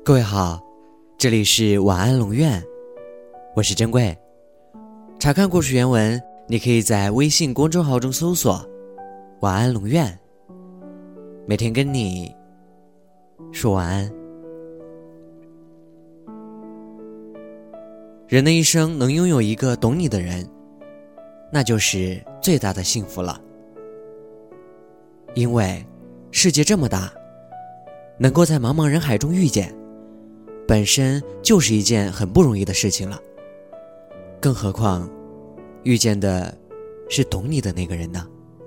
各位好，这里是晚安龙院，我是珍贵。查看故事原文，你可以在微信公众号中搜索晚安龙院，每天跟你说晚安。人的一生能拥有一个懂你的人，那就是最大的幸福了。因为世界这么大，能够在茫茫人海中遇见，本身就是一件很不容易的事情了。更何况遇见的是懂你的那个人呢？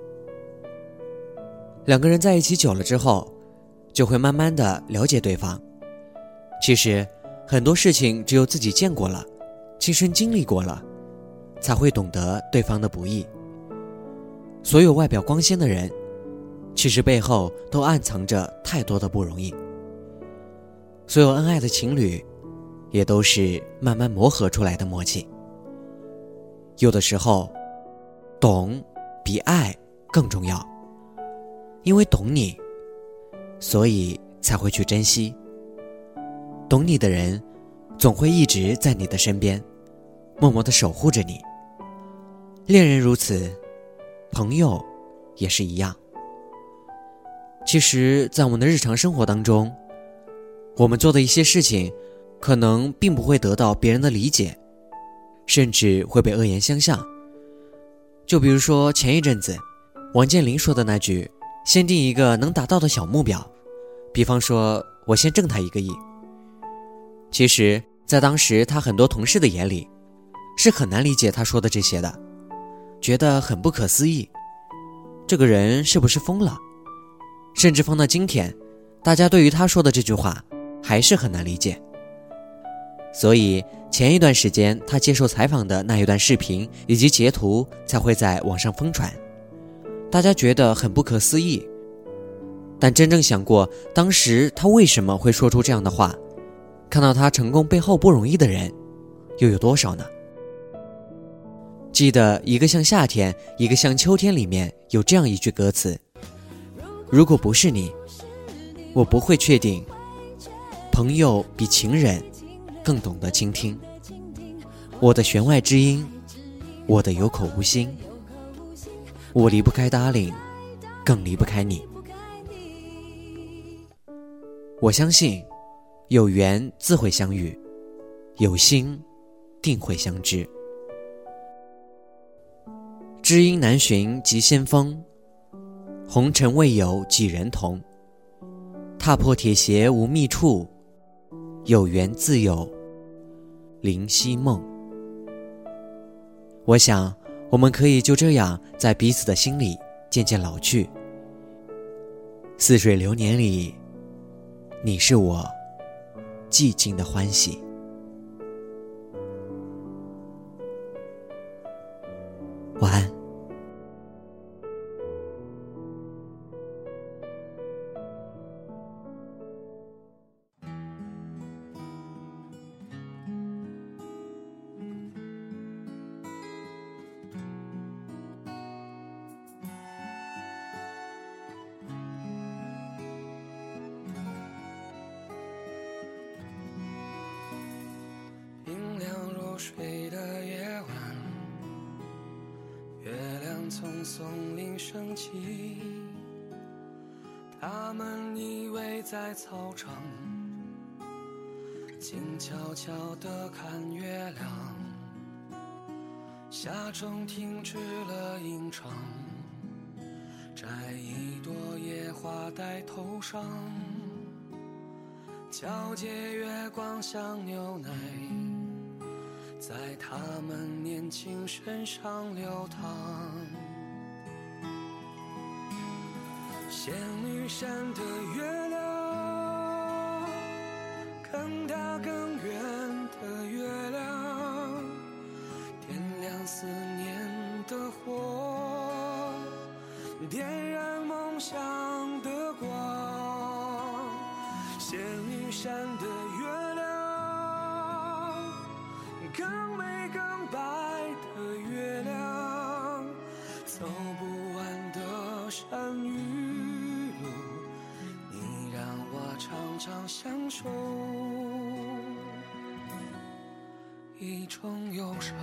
两个人在一起久了之后，就会慢慢的了解对方。其实很多事情只有自己见过了，亲身经历过了，才会懂得对方的不易。所有外表光鲜的人，其实背后都暗藏着太多的不容易。所有恩爱的情侣，也都是慢慢磨合出来的默契。有的时候，懂比爱更重要，因为懂你，所以才会去珍惜。懂你的人，总会一直在你的身边，默默地守护着你。恋人如此，朋友也是一样。其实在我们的日常生活当中，我们做的一些事情可能并不会得到别人的理解，甚至会被恶言相向。就比如说前一阵子王健林说的那句先定一个能达到的小目标，比方说我先挣他1个亿。其实在当时他很多同事的眼里是很难理解他说的这些的，觉得很不可思议，这个人是不是疯了？甚至放到今天，大家对于他说的这句话还是很难理解。所以前一段时间他接受采访的那一段视频以及截图才会在网上疯传，大家觉得很不可思议。但真正想过当时他为什么会说出这样的话，看到他成功背后不容易的人又有多少呢？记得一个像夏天一个像秋天里面有这样一句歌词，如果不是你，我不会确定朋友比情人更懂得倾听。我的弦外之音，我的有口无心，我离不开 darling， 更离不开你。我相信有缘自会相遇，有心定会相知。知音难寻即先锋，红尘未有几人同。踏破铁鞋无觅处，有缘自有灵犀梦。我想我们可以就这样在彼此的心里渐渐老去。似水流年里，你是我寂静的欢喜。晚安。 冰凉如水的夜晚，月亮从松林升起，他们依偎在操场，静悄悄地看月亮。夏虫停止了吟唱，摘一朵野花戴头上，皎洁月光像牛奶，在他们年轻身上流淌。仙女山的月亮，更大更圆的月亮，点亮思念的火，点燃梦想的光。仙女山的月亮，更美更白的月亮，走不完的山与路，你让我常常享受一种忧伤。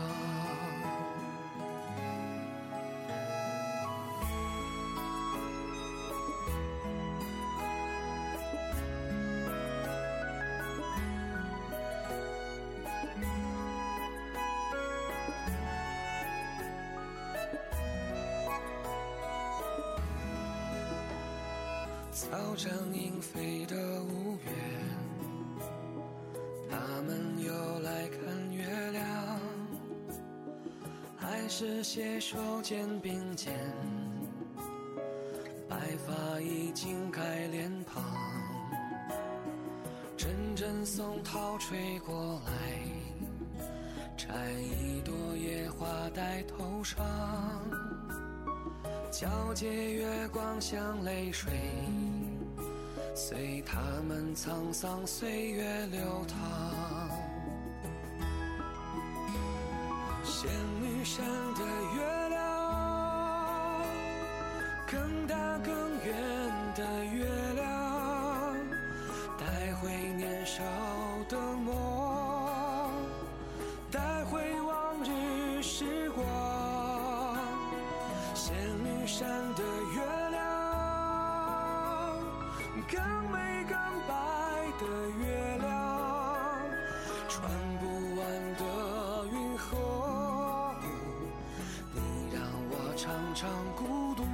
草长莺飞的5月，他们又来看月亮，还是携手肩并肩，白发已经盖脸庞，阵阵松涛吹过来，摘一朵野花戴头上，皎洁月光像泪水，随他们沧桑岁月流淌。仙女山的月亮，更大更圆的月亮，带回年少的梦，带回往日时光。仙女山的月亮，更美更白的月亮，穿不完的云河，你让我常常孤独。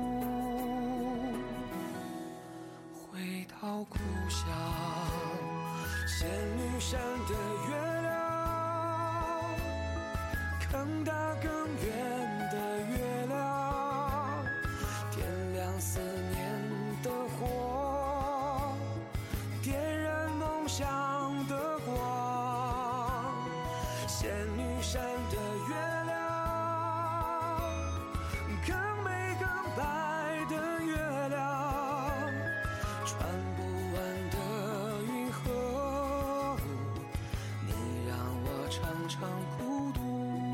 回到故乡，仙女山的月亮，更大更圆的月亮，点亮思念的火，点燃梦想的光。仙女山的月亮，更美更白的月亮，穿不完的云河，你让我常常孤独。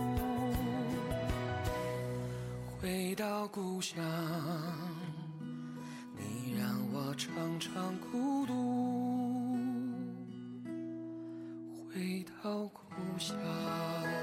回到故乡，你让我常常孤独。回到故乡。